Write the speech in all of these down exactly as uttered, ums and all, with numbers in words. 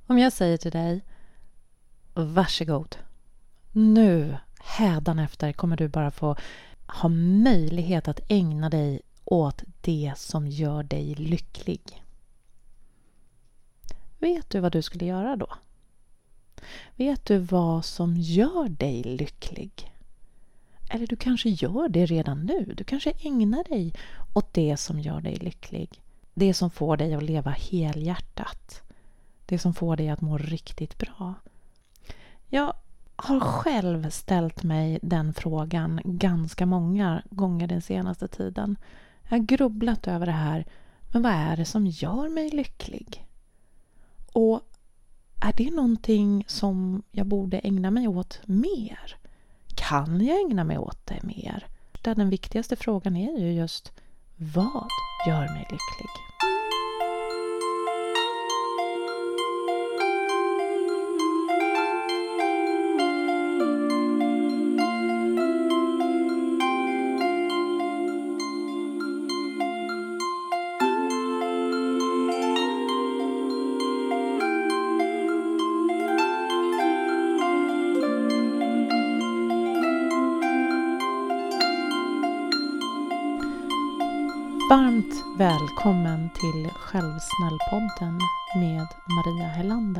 Om jag säger till dig, varsågod. Nu, hädanefter, kommer du bara få ha möjlighet att ägna dig åt det som gör dig lycklig. Vet du vad du skulle göra då? Vet du vad som gör dig lycklig? Eller du kanske gör det redan nu. Du kanske ägnar dig åt det som gör dig lycklig. Det som får dig att leva helhjärtat. Det som får dig att må riktigt bra. Jag har själv ställt mig den frågan ganska många gånger den senaste tiden. Jag har grubblat över det här. Men vad är det som gör mig lycklig? Och är det någonting som jag borde ägna mig åt mer? Kan jag ägna mig åt det mer? Den viktigaste frågan är ju just, vad gör mig lycklig? Varmt välkommen till Självsnällpodden med Maria Helander.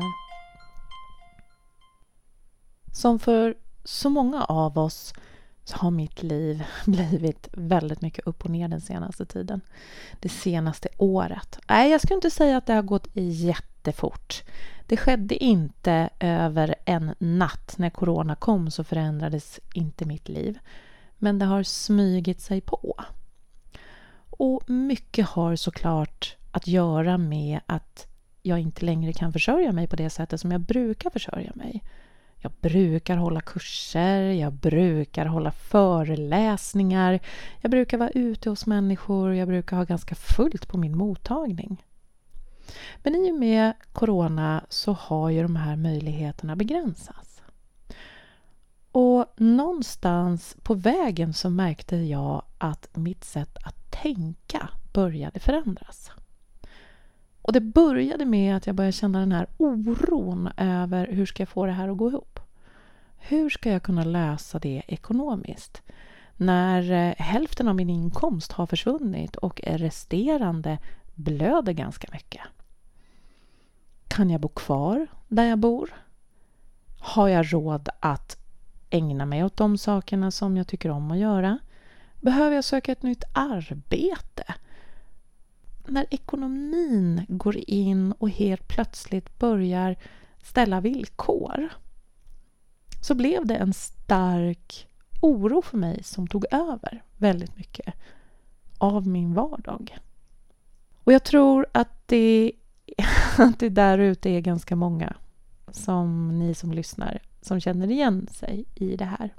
Som för så många av oss så har mitt liv blivit väldigt mycket upp och ner den senaste tiden. Det senaste året. Nej, jag skulle inte säga att det har gått jättefort. Det skedde inte över en natt. När corona kom så förändrades inte mitt liv. Men det har smygit sig på. Och mycket har såklart att göra med att jag inte längre kan försörja mig på det sättet som jag brukar försörja mig. Jag brukar hålla kurser, jag brukar hålla föreläsningar, jag brukar vara ute hos människor, jag brukar ha ganska fullt på min mottagning. Men i och med corona så har ju de här möjligheterna begränsats. Och någonstans på vägen så märkte jag att mitt sätt att tänka började förändras. Och det började med att jag började känna den här oron över hur ska jag få det här att gå ihop. Hur ska jag kunna lösa det ekonomiskt? När hälften av min inkomst har försvunnit och resterande blöder ganska mycket. Kan jag bo kvar där jag bor? Har jag råd att ägna mig åt de sakerna som jag tycker om att göra? Behöver jag söka ett nytt arbete? När ekonomin går in och helt plötsligt börjar ställa villkor så blev det en stark oro för mig som tog över väldigt mycket av min vardag. Och jag tror att det, att det där ute är ganska många som ni som lyssnar som känner igen sig i det här.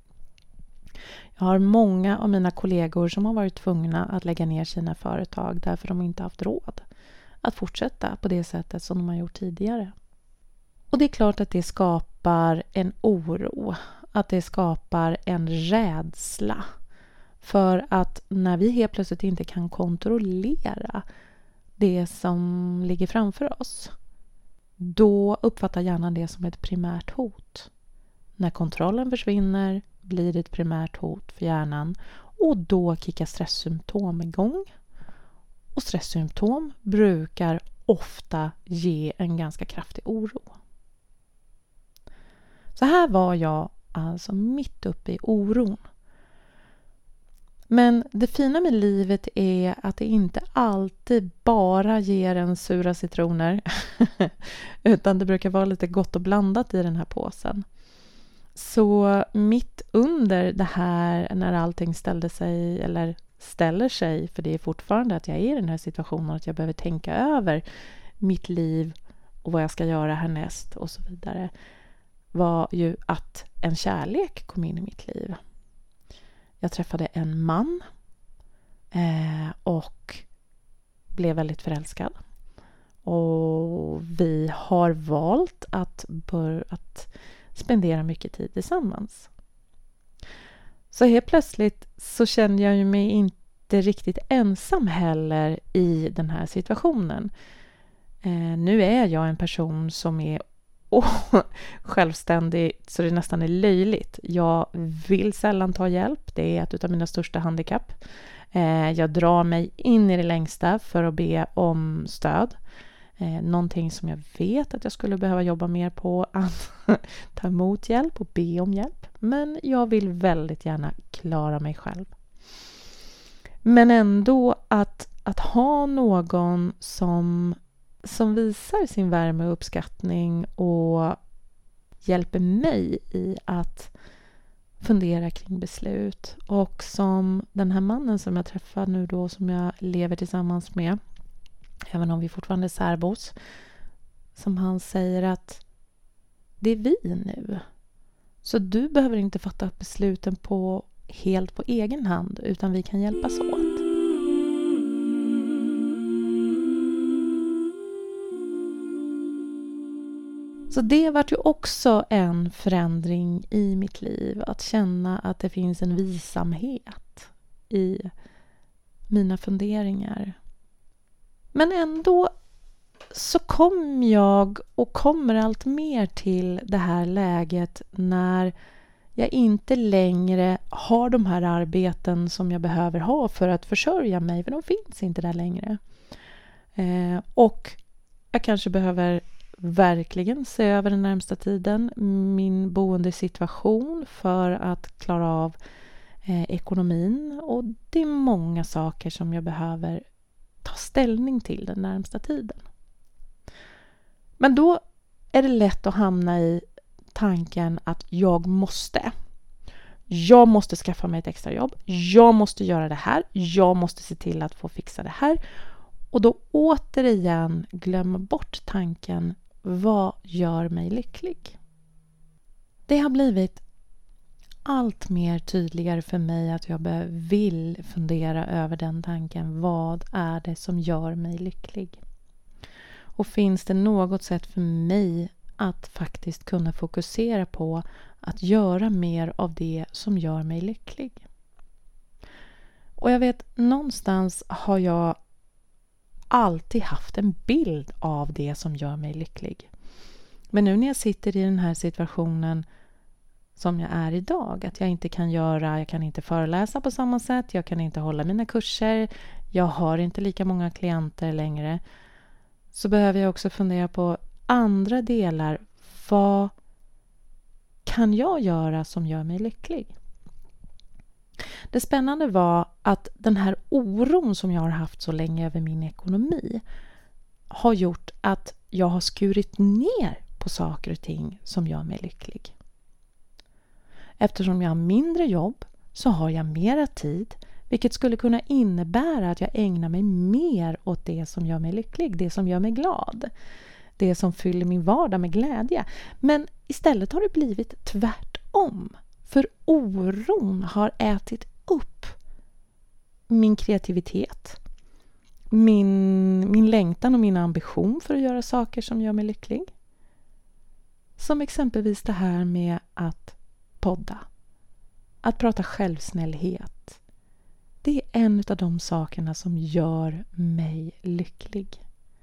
Jag har många av mina kollegor som har varit tvungna att lägga ner sina företag därför de inte haft råd att fortsätta på det sättet som de har gjort tidigare. Och det är klart att det skapar en oro, att det skapar en rädsla för att när vi helt plötsligt inte kan kontrollera det som ligger framför oss, då uppfattar hjärnan det som ett primärt hot. När kontrollen försvinner blir det ett primärt hot för hjärnan och då kickar stresssymptom igång. Och stresssymptom brukar ofta ge en ganska kraftig oro. Så här var jag alltså mitt uppe i oron. Men det fina med livet är att det inte alltid bara ger en sura citroner utan det brukar vara lite gott och blandat i den här påsen. Så mitt under det här när allting ställde sig eller ställer sig, för det är fortfarande att jag är i den här situationen att jag behöver tänka över mitt liv och vad jag ska göra härnäst och så vidare, var ju att en kärlek kom in i mitt liv. Jag träffade en man eh, och blev väldigt förälskad. Och vi har valt att, bör, att spendera mycket tid tillsammans. Så helt plötsligt så kände jag mig inte riktigt ensam heller i den här situationen. Eh, nu är jag en person som är oh, självständig så det nästan är löjligt. Jag vill sällan ta hjälp. Det är ett av mina största handikapp. Eh, jag drar mig in i det längsta för att be om stöd. Eh, någonting som jag vet att jag skulle behöva jobba mer på, att ta emot hjälp och be om hjälp. Men jag vill väldigt gärna klara mig själv. Men ändå att, att ha någon som, som visar sin värme och uppskattning och hjälper mig i att fundera kring beslut. Och som den här mannen som jag träffar nu då, som jag lever tillsammans med, även om vi fortfarande är särbos, som han säger att det är vi nu. Så du behöver inte fatta besluten på, helt på egen hand, utan vi kan hjälpas åt. Så det var ju också en förändring i mitt liv. Att känna att det finns en visamhet i mina funderingar. Men ändå så kom jag och kommer allt mer till det här läget när jag inte längre har de här arbeten som jag behöver ha för att försörja mig. För de finns inte där längre. Eh, och jag kanske behöver verkligen se över den närmsta tiden min boendesituation för att klara av eh, ekonomin. Och det är många saker som jag behöver ta ställning till den närmsta tiden. Men då är det lätt att hamna i tanken att jag måste. Jag måste skaffa mig ett extra jobb. Jag måste göra det här. Jag måste se till att få fixa det här. Och då återigen glömma bort tanken, vad gör mig lycklig? Det har blivit allt mer tydligare för mig att jag vill fundera över den tanken. Vad är det som gör mig lycklig? Och finns det något sätt för mig att faktiskt kunna fokusera på att göra mer av det som gör mig lycklig? Och jag vet, någonstans har jag alltid haft en bild av det som gör mig lycklig. Men nu när jag sitter i den här situationen som jag är idag, att jag inte kan göra, jag kan inte föreläsa på samma sätt, jag kan inte hålla mina kurser, jag har inte lika många klienter längre, så behöver jag också fundera på andra delar. Vad kan jag göra som gör mig lycklig? Det spännande var att den här oron som jag har haft så länge över min ekonomi har gjort att jag har skurit ner på saker och ting som gör mig lycklig. Eftersom jag har mindre jobb så har jag mera tid, vilket skulle kunna innebära att jag ägnar mig mer åt det som gör mig lycklig, det som gör mig glad, det som fyller min vardag med glädje. Men istället har det blivit tvärtom. För oron har ätit upp min kreativitet, min, min längtan och min ambition för att göra saker som gör mig lycklig. Som exempelvis det här med att podda, att prata självsnällhet. Det är en av de sakerna som gör mig lycklig.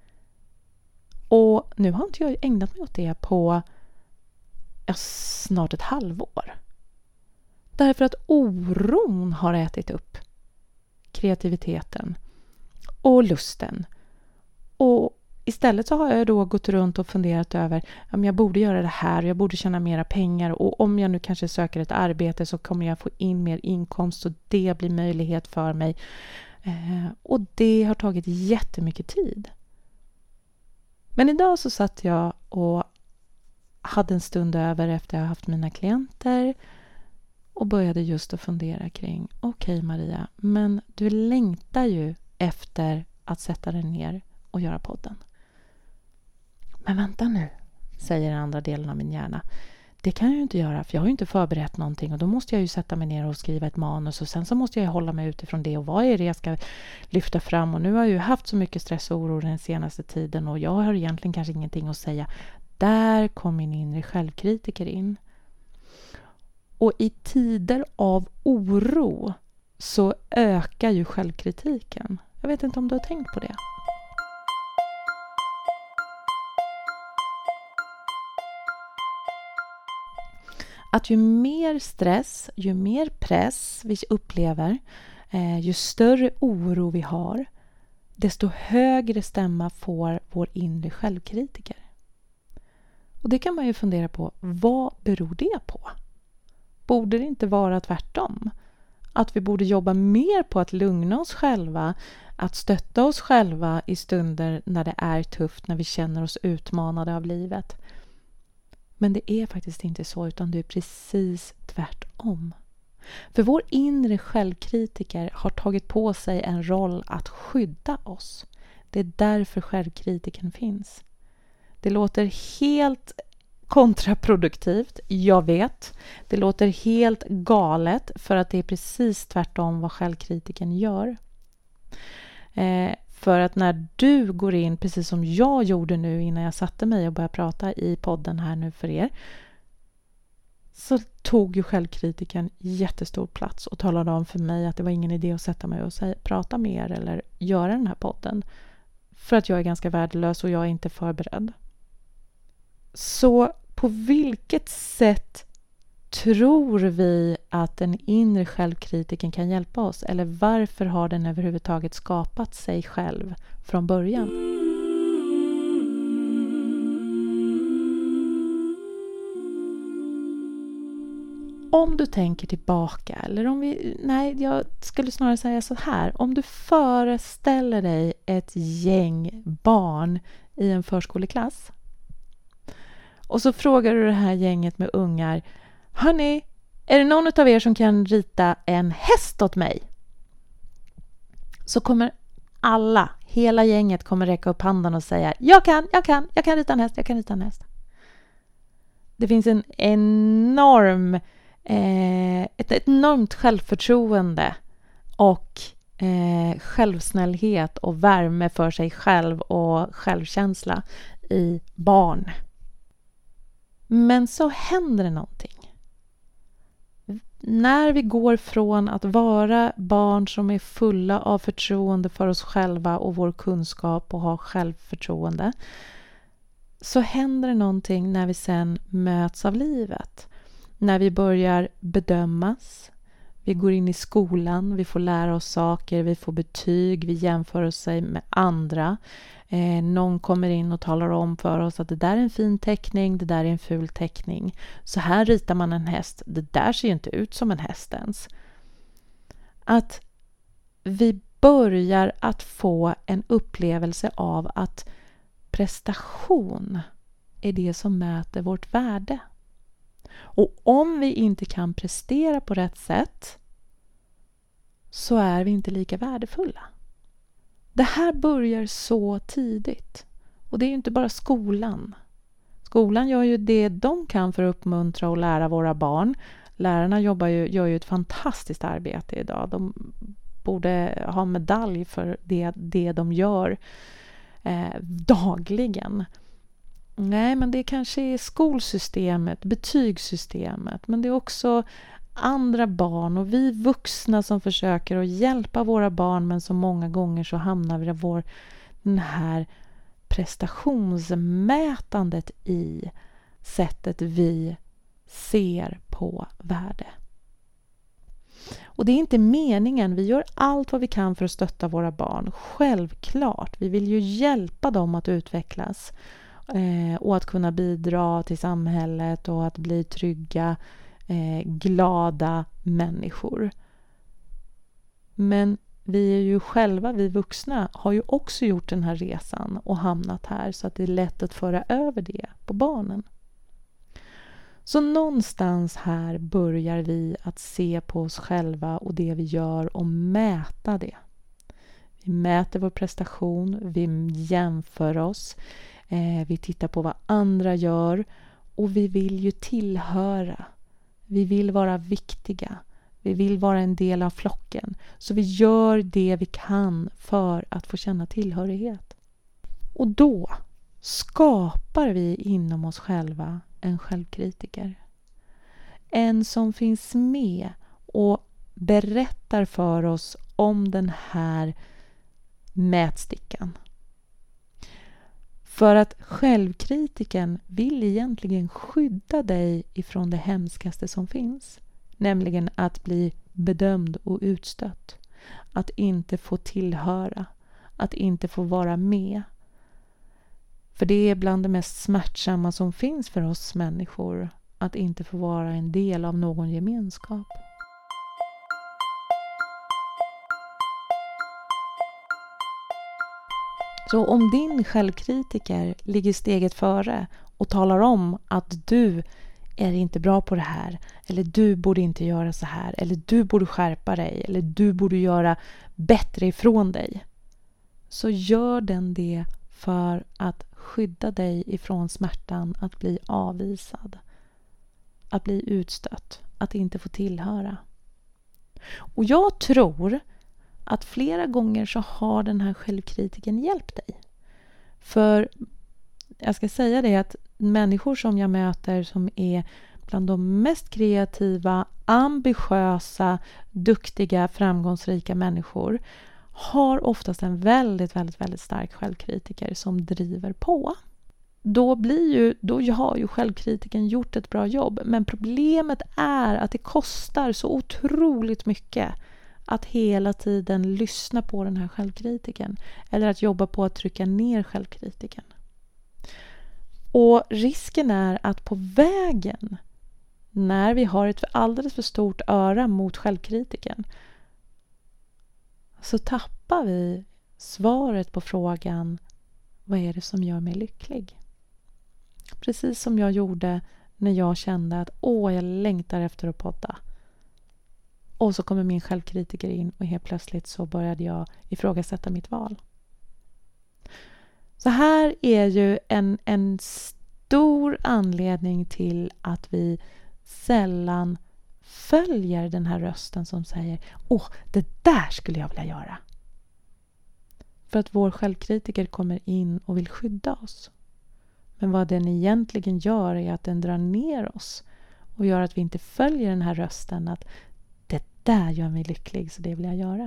Och nu har inte jag ägnat mig åt det på ja, snart ett halvår. Därför att oron har ätit upp kreativiteten och lusten. Och istället så har jag då gått runt och funderat över om jag borde göra det här, jag borde tjäna mera pengar, och om jag nu kanske söker ett arbete så kommer jag få in mer inkomst, så det blir möjlighet för mig. Eh, och det har tagit jättemycket tid. Men idag så satt jag och hade en stund över efter jag haft mina klienter och började just att fundera kring, okej okay, Maria, men du längtar ju efter att sätta dig ner och göra podden. Men vänta nu, säger den andra delen av min hjärna. Det kan jag ju inte göra, för jag har ju inte förberett någonting, och då måste jag ju sätta mig ner och skriva ett manus, och sen så måste jag hålla mig utifrån det, och vad är det jag ska lyfta fram, och nu har jag ju haft så mycket stress och oro den senaste tiden, och jag har egentligen kanske ingenting att säga. Där kom min inre självkritiker in. Och i tider av oro så ökar ju självkritiken. Jag vet inte om du har tänkt på det. att ju mer stress, ju mer press vi upplever, eh, ju större oro vi har, desto högre stämma får vår inre självkritiker. Och det kan man ju fundera på, vad beror det på? Borde det inte vara tvärtom? Att vi borde jobba mer på att lugna oss själva, att stötta oss själva i stunder när det är tufft, när vi känner oss utmanade av livet. Men det är faktiskt inte så, utan det är precis tvärtom. För vår inre självkritiker har tagit på sig en roll att skydda oss. Det är därför självkritiken finns. Det låter helt kontraproduktivt, jag vet. Det låter helt galet, för att det är precis tvärtom vad självkritiken gör. Eh, för att när du går in, precis som jag gjorde nu innan jag satte mig och började prata i podden här nu för er, så tog ju självkritiken jättestor plats och talade om för mig att det var ingen idé att sätta mig och säga, prata mer eller göra den här podden. För att jag är ganska värdelös och jag är inte förberedd. Så på vilket sätt tror vi att den inre självkritiken kan hjälpa oss? Eller varför har den överhuvudtaget skapat sig själv från början? Om du tänker tillbaka, eller om vi, nej, jag skulle snarare säga så här. Om du föreställer dig ett gäng barn i en förskoleklass. Och så frågar du det här gänget med ungar: hörni, är det någon av er som kan rita en häst åt mig? Så kommer alla, hela gänget kommer räcka upp handen och säga: jag kan, jag kan, jag kan rita en häst, jag kan rita en häst. Det finns en enorm, eh, ett enormt självförtroende och eh, självsnällhet och värme för sig själv och självkänsla i barn. Men så händer det någonting. När vi går från att vara barn som är fulla av förtroende för oss själva och vår kunskap och har självförtroende, så händer det någonting när vi sen möts av livet. När vi börjar bedömas, vi går in i skolan, vi får lära oss saker, vi får betyg, vi jämför oss med andra. Eh, någon kommer in och talar om för oss att det där är en fin teckning, det där är en ful teckning. Så här ritar man en häst, det där ser ju inte ut som en häst ens. Att vi börjar att få en upplevelse av att prestation är det som mäter vårt värde. Och om vi inte kan prestera på rätt sätt, så är vi inte lika värdefulla. Det här börjar så tidigt. Och det är ju inte bara skolan. Skolan gör ju det de kan för att uppmuntra och lära våra barn. Lärarna jobbar ju, gör ju ett fantastiskt arbete idag. De borde ha medalj för det, det de gör eh, dagligen. Nej, men det kanske är skolsystemet, betygssystemet, men det är också andra barn och vi vuxna som försöker att hjälpa våra barn, men så många gånger så hamnar vi i vår, den här prestationsmätandet i sättet vi ser på värde. Och det är inte meningen, vi gör allt vad vi kan för att stötta våra barn, självklart. Vi vill ju hjälpa dem att utvecklas eh, och att kunna bidra till samhället och att bli trygga, eh, glada människor. Men vi är ju själva, vi vuxna, har ju också gjort den här resan och hamnat här, så att det är lätt att föra över det på barnen. Så någonstans här börjar vi att se på oss själva och det vi gör och mäta det. Vi mäter vår prestation, vi jämför oss, eh, vi tittar på vad andra gör och vi vill ju tillhöra. Vi vill vara viktiga. Vi vill vara en del av flocken. Så vi gör det vi kan för att få känna tillhörighet. Och då skapar vi inom oss själva en självkritiker. En som finns med och berättar för oss om den här mätstickan. För att självkritiken vill egentligen skydda dig ifrån det hemskaste som finns. Nämligen att bli bedömd och utstött. Att inte få tillhöra. Att inte få vara med. För det är bland det mest smärtsamma som finns för oss människor. Att inte få vara en del av någon gemenskap. Så om din självkritiker ligger steget före och talar om att du är inte bra på det här, eller du borde inte göra så här, eller du borde skärpa dig, eller du borde göra bättre ifrån dig, så gör den det för att skydda dig ifrån smärtan att bli avvisad, att bli utstött, att inte få tillhöra. Och jag tror att flera gånger så har den här självkritiken hjälpt dig. För jag ska säga det att människor som jag möter som är bland de mest kreativa, ambitiösa, duktiga, framgångsrika människor har oftast en väldigt, väldigt, väldigt stark självkritiker som driver på. Då blir ju, då har ju självkritiken gjort ett bra jobb. Men problemet är att det kostar så otroligt mycket att hela tiden lyssna på den här självkritiken. Eller att jobba på att trycka ner självkritiken. Och risken är att på vägen, när vi har ett alldeles för stort öra mot självkritiken, så tappar vi svaret på frågan: vad är det som gör mig lycklig? Precis som jag gjorde när jag kände att åh, jag längtar efter att podda. Och så kommer min självkritiker in och helt plötsligt så började jag ifrågasätta mitt val. Så här är ju en, en stor anledning till att vi sällan följer den här rösten som säger: åh, det där skulle jag vilja göra. För att vår självkritiker kommer in och vill skydda oss. Men vad den egentligen gör är att den drar ner oss och gör att vi inte följer den här rösten att det där gör mig lycklig, så det vill jag göra.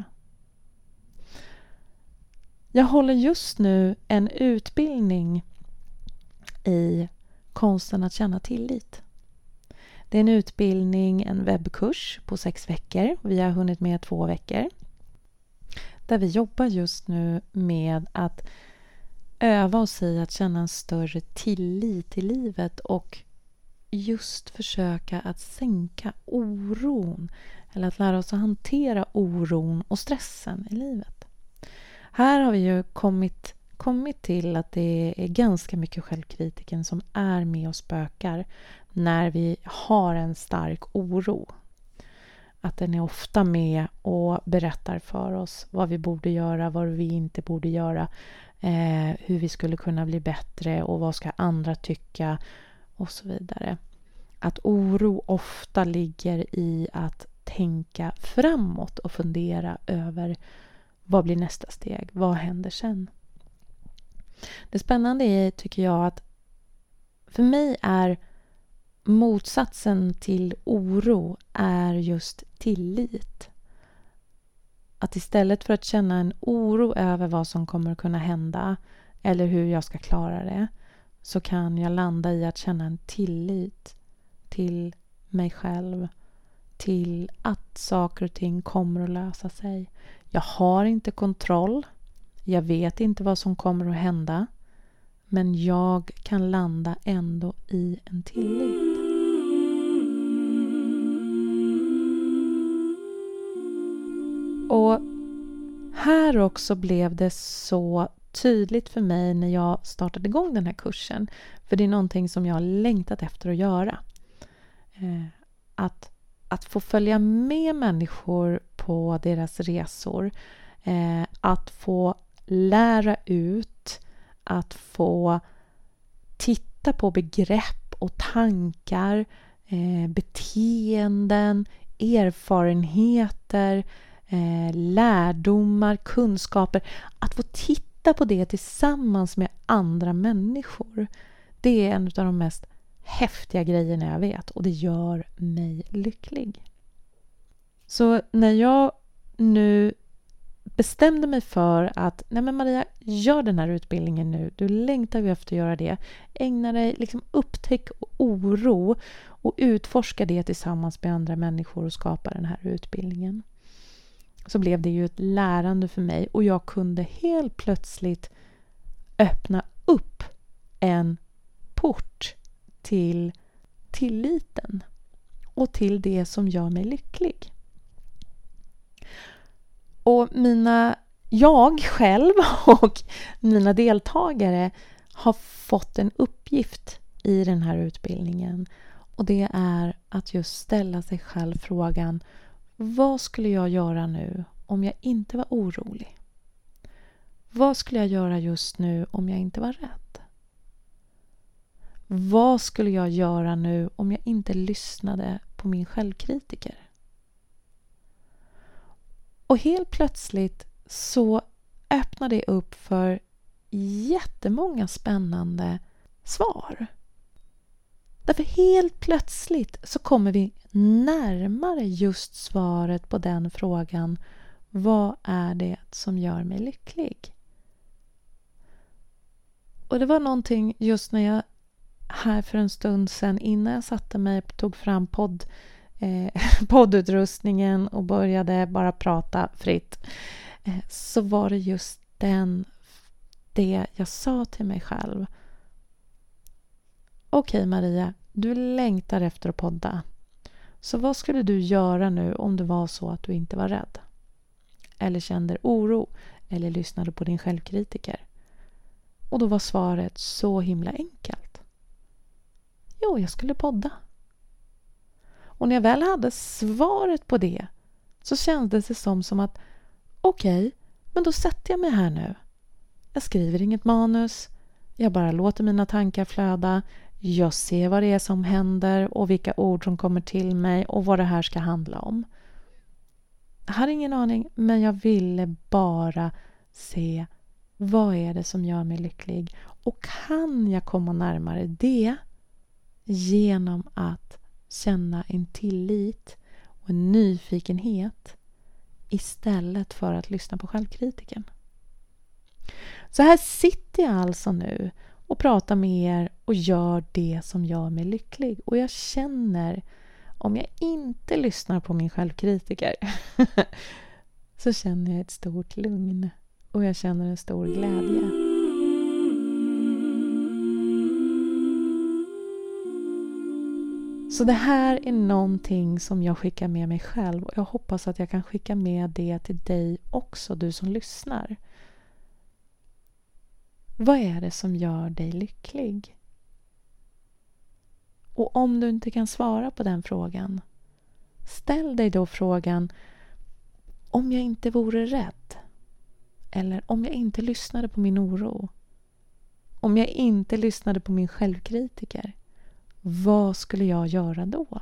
Jag håller just nu en utbildning i konsten att känna tillit. Det är en utbildning, en webbkurs på sex veckor. Vi har hunnit med två veckor. Där vi jobbar just nu med att öva oss i att känna en större tillit i livet och just försöka att sänka oron eller att lära oss att hantera oron och stressen i livet. Här har vi ju kommit, kommit till att det är ganska mycket självkritiken som är med och spökar när vi har en stark oro. Att den är ofta med och berättar för oss vad vi borde göra, vad vi inte borde göra, eh, hur vi skulle kunna bli bättre och vad ska andra tycka och så vidare. Att oro ofta ligger i att tänka framåt och fundera över vad blir nästa steg, vad händer sen. Det spännande är, tycker jag, att för mig är motsatsen till oro är just tillit. Att istället för att känna en oro över vad som kommer att kunna hända eller hur jag ska klara det, så kan jag landa i att känna en tillit till mig själv, till att saker och ting kommer att lösa sig. Jag har inte kontroll. Jag vet inte vad som kommer att hända. Men jag kan landa ändå i en tillit. Och här också blev det så tydligt för mig när jag startade igång den här kursen. För det är någonting som jag har längtat efter att göra. Eh, att, att få följa med människor på deras resor. Eh, att få lära ut. Att få titta på begrepp och tankar. Eh, beteenden. Erfarenheter. Eh, lärdomar, kunskaper. Att få titta på det tillsammans med andra människor. Det är en av de mest häftiga grejerna jag vet. Och det gör mig lycklig. Så när jag nu bestämde mig för att nej men Maria, gör den här utbildningen nu. Du längtar ju efter att göra det. Ägna dig, liksom upptäck oro och utforska det tillsammans med andra människor och skapa den här utbildningen. Så blev det ju ett lärande för mig och jag kunde helt plötsligt öppna upp en port till tilliten och till det som gör mig lycklig. Och mina, jag själv och mina deltagare har fått en uppgift i den här utbildningen. Och det är att just ställa sig själv frågan: vad skulle jag göra nu om jag inte var orolig? Vad skulle jag göra just nu om jag inte var rädd? Vad skulle jag göra nu om jag inte lyssnade på min självkritiker? Och helt plötsligt så öppnar det upp för jättemånga spännande svar. Därför helt plötsligt så kommer vi närmare just svaret på den frågan: vad är det som gör mig lycklig? Och det var någonting just när jag här för en stund sedan, innan jag satte mig och tog fram podd, eh, poddutrustningen och började bara prata fritt, eh, så var det just den, det jag sa till mig själv. Okej Maria, du längtar efter att podda. Så vad skulle du göra nu om det var så att du inte var rädd? Eller kände oro? Eller lyssnade på din självkritiker? Och då var svaret så himla enkelt. Jo, jag skulle podda. Och när jag väl hade svaret på det så kändes det som, som att okej, men då sätter jag mig här nu. Jag skriver inget manus. Jag bara låter mina tankar flöda. Jag ser vad det är som händer och vilka ord som kommer till mig och vad det här ska handla om. Jag hade ingen aning, men jag ville bara se vad är det som gör mig lycklig. Och kan jag komma närmare det genom att känna en tillit och en nyfikenhet istället för att lyssna på självkritiken. Så här sitter jag alltså nu och pratar med er och gör det som gör mig lycklig. Och jag känner, om jag inte lyssnar på min självkritiker så känner jag ett stort lugn och jag känner en stor glädje. Så det här är någonting som jag skickar med mig själv och jag hoppas att jag kan skicka med det till dig också, du som lyssnar. Vad är det som gör dig lycklig? Och om du inte kan svara på den frågan, ställ dig då frågan: om jag inte vore rädd? Eller om jag inte lyssnade på min oro? Om jag inte lyssnade på min självkritiker? Vad skulle jag göra då?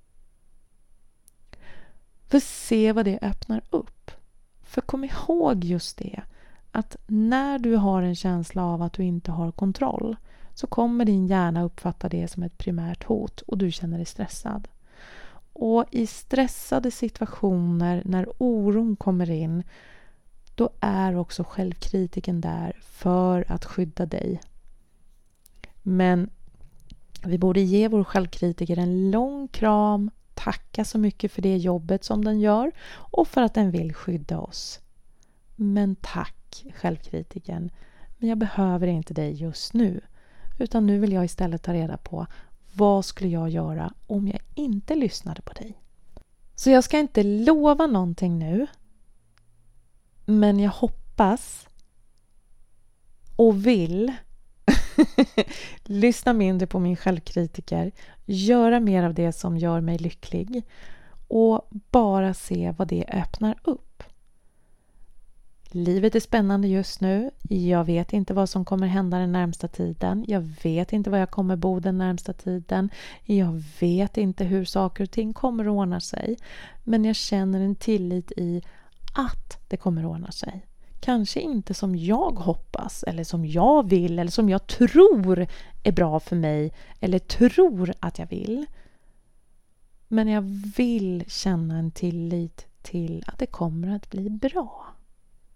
För se vad det öppnar upp. För kom ihåg just det, att när du har en känsla av att du inte har kontroll så kommer din hjärna uppfatta det som ett primärt hot och du känner dig stressad. Och i stressade situationer, när oron kommer in, då är också självkritiken där för att skydda dig. Men vi borde ge vår självkritiker en lång kram, tacka så mycket för det jobbet som den gör och för att den vill skydda oss. Men tack självkritiken, men jag behöver inte dig just nu. Utan nu vill jag istället ta reda på vad skulle jag göra om jag inte lyssnade på dig. Så jag ska inte lova någonting nu. Men jag hoppas och vill lyssna mindre på min självkritiker, göra mer av det som gör mig lycklig och bara se vad det öppnar upp. Livet är spännande just nu. Jag vet inte vad som kommer hända den närmsta tiden. Jag vet inte var jag kommer bo den närmsta tiden. Jag vet inte hur saker och ting kommer att ordna sig. Men jag känner en tillit i att det kommer att ordna sig. Kanske inte som jag hoppas eller som jag vill eller som jag tror är bra för mig eller tror att jag vill. Men jag vill känna en tillit till att det kommer att bli bra.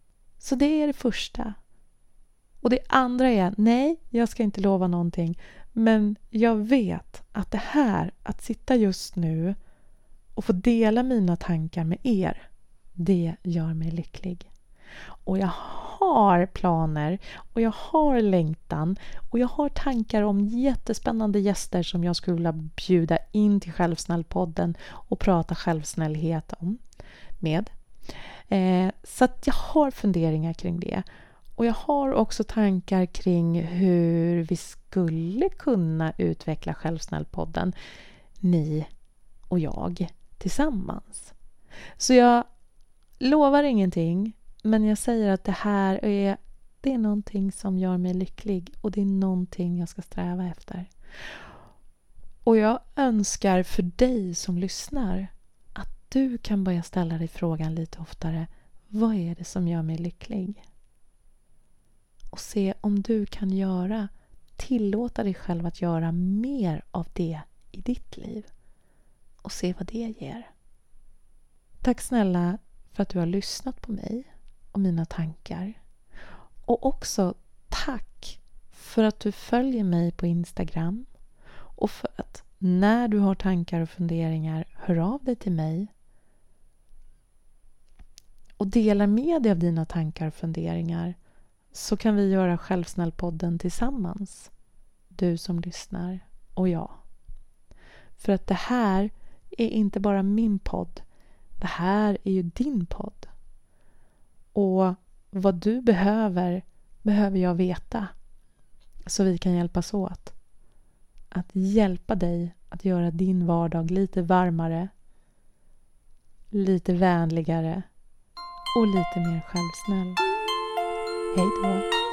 Så det är det första. Och det andra är, nej, jag ska inte lova någonting. Men jag vet att det här, att sitta just nu och få dela mina tankar med er, det gör mig lycklig. Och jag har planer och jag har längtan och jag har tankar om jättespännande gäster som jag skulle vilja bjuda in till Självsnällpodden och prata självsnällhet om med. Eh, så att jag har funderingar kring det. Och jag har också tankar kring hur vi skulle kunna utveckla Självsnällpodden, ni och jag tillsammans. Så jag lovar ingenting, men jag säger att det här är, det är någonting som gör mig lycklig och det är någonting jag ska sträva efter. Och jag önskar för dig som lyssnar att du kan börja ställa dig frågan lite oftare, vad är det som gör mig lycklig? Och se om du kan göra, tillåta dig själv att göra mer av det i ditt liv. Och se vad det ger. Tack snälla för att du har lyssnat på mig och mina tankar. Och också tack för att du följer mig på Instagram. Och för att när du har tankar och funderingar, hör av dig till mig. Och dela med dig av dina tankar och funderingar. Så kan vi göra Självsnällpodden tillsammans. Du som lyssnar och jag. För att det här är inte bara min podd. Det här är ju din podd. Och vad du behöver, behöver jag veta. Så vi kan hjälpas åt. Att hjälpa dig att göra din vardag lite varmare. Lite vänligare. Och lite mer självsnäll. Hej då!